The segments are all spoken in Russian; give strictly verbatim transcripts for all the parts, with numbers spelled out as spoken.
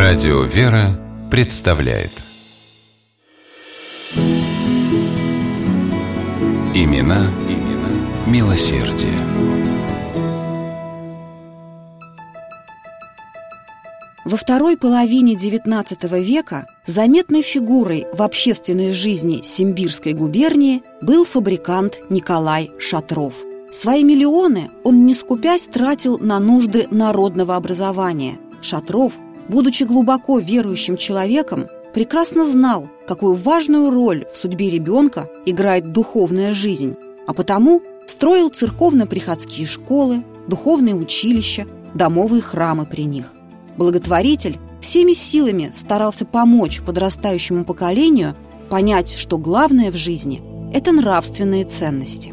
Радио «Вера» представляет Имена, имена милосердия. Во второй половине девятнадцатого века заметной фигурой в общественной жизни Симбирской губернии был фабрикант Николай Шатров. Свои миллионы он, не скупясь, тратил на нужды народного образования. Шатров, будучи глубоко верующим человеком, прекрасно знал, какую важную роль в судьбе ребенка играет духовная жизнь, а потому строил церковно-приходские школы, духовные училища, домовые храмы при них. Благотворитель всеми силами старался помочь подрастающему поколению понять, что главное в жизни – это нравственные ценности.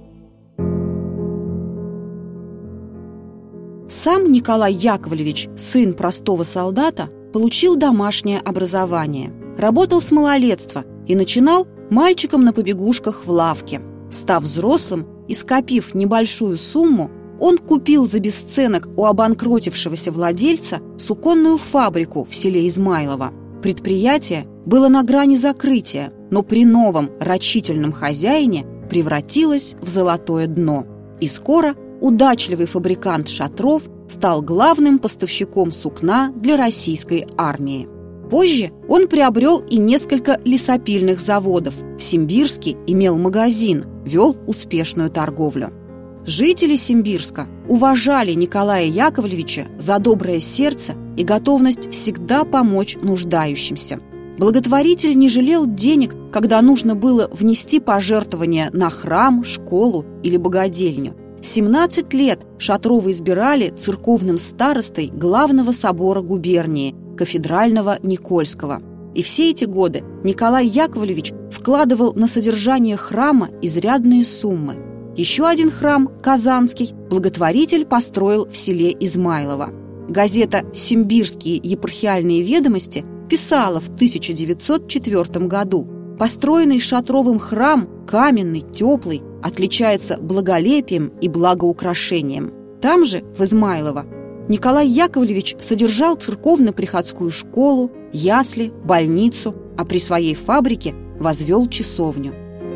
Сам Николай Яковлевич, сын простого солдата, получил домашнее образование, работал с малолетства и начинал мальчиком на побегушках в лавке. Став взрослым и скопив небольшую сумму, он купил за бесценок у обанкротившегося владельца суконную фабрику в селе Измайлово. Предприятие было на грани закрытия, но при новом рачительном хозяине превратилось в золотое дно. И скоро удачливый фабрикант Шатров стал главным поставщиком сукна для российской армии. Позже он приобрел и несколько лесопильных заводов. В Симбирске имел магазин, вел успешную торговлю. Жители Симбирска уважали Николая Яковлевича за доброе сердце и готовность всегда помочь нуждающимся. Благотворитель не жалел денег, когда нужно было внести пожертвования на храм, школу или богадельню. семнадцать лет Шатрова избирали церковным старостой главного собора губернии, кафедрального Никольского. И все эти годы Николай Яковлевич вкладывал на содержание храма изрядные суммы. Еще один храм, Казанский, благотворитель построил в селе Измайлово. Газета «Симбирские епархиальные ведомости» писала в тысяча девятьсот четвёртом году: построенный Шатровым храм, каменный, теплый, отличается благолепием и благоукрашением. Там же, в Измайлово, Николай Яковлевич содержал церковно-приходскую школу, ясли, больницу, а при своей фабрике возвел часовню.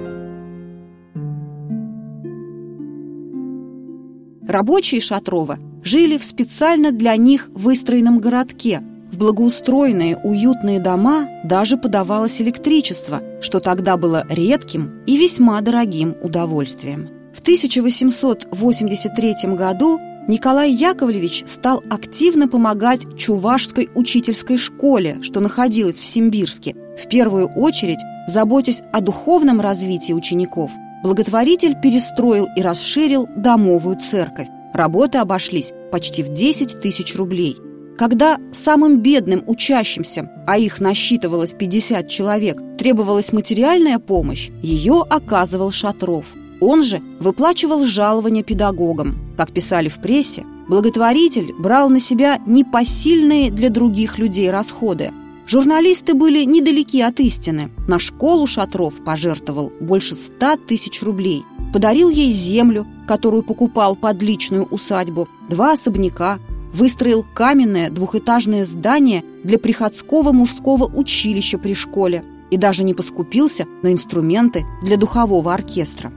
Рабочие Шатрова жили в специально для них выстроенном городке. В благоустроенные уютные дома даже подавалось электричество, что тогда было редким и весьма дорогим удовольствием. В тысяча восемьсот восемьдесят третьем году Николай Яковлевич стал активно помогать Чувашской учительской школе, что находилась в Симбирске, в первую очередь заботясь о духовном развитии учеников. Благотворитель перестроил и расширил домовую церковь. Работы обошлись почти в десять тысяч рублей. Когда самым бедным учащимся, а их насчитывалось пятьдесят человек, требовалась материальная помощь, ее оказывал Шатров. Он же выплачивал жалования педагогам. Как писали в прессе, благотворитель брал на себя непосильные для других людей расходы. Журналисты были недалеки от истины. На школу Шатров пожертвовал больше ста тысяч рублей. Подарил ей землю, которую покупал под личную усадьбу, два особняка, выстроил каменное двухэтажное здание для приходского мужского училища при школе и даже не поскупился на инструменты для духового оркестра.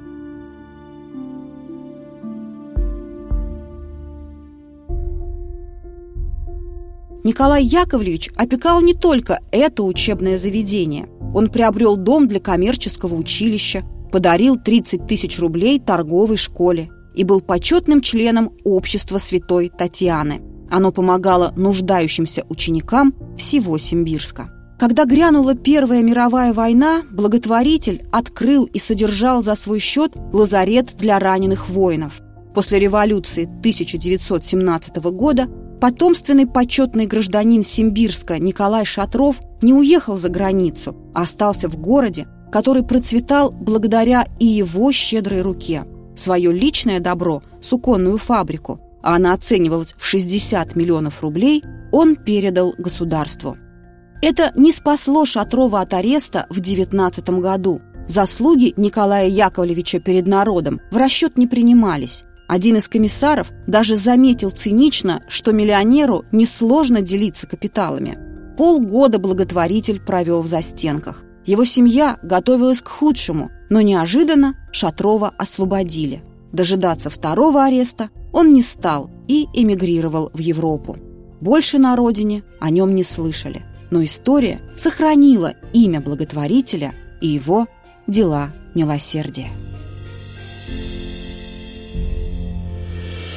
Николай Яковлевич опекал не только это учебное заведение. Он приобрел дом для коммерческого училища, подарил тридцать тысяч рублей торговой школе и был почетным членом общества Святой Татьяны. Оно помогало нуждающимся ученикам всего Симбирска. Когда грянула Первая мировая война, благотворитель открыл и содержал за свой счет лазарет для раненых воинов. После революции тысяча девятьсот семнадцатого года потомственный почетный гражданин Симбирска Николай Шатров не уехал за границу, а остался в городе, который процветал благодаря и его щедрой руке. Свое личное добро, суконную фабрику, а она оценивалась в шестьдесят миллионов рублей, он передал государству. Это не спасло Шатрова от ареста в девятнадцатом году. Заслуги Николая Яковлевича перед народом в расчет не принимались. Один из комиссаров даже заметил цинично, что миллионеру несложно делиться капиталами. Полгода благотворитель провел в застенках. Его семья готовилась к худшему, но неожиданно Шатрова освободили. Дожидаться второго ареста он не стал и эмигрировал в Европу. Больше на родине о нем не слышали, но история сохранила имя благотворителя и его дела милосердия.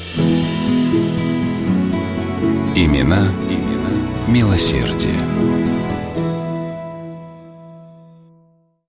Имена, имена милосердия.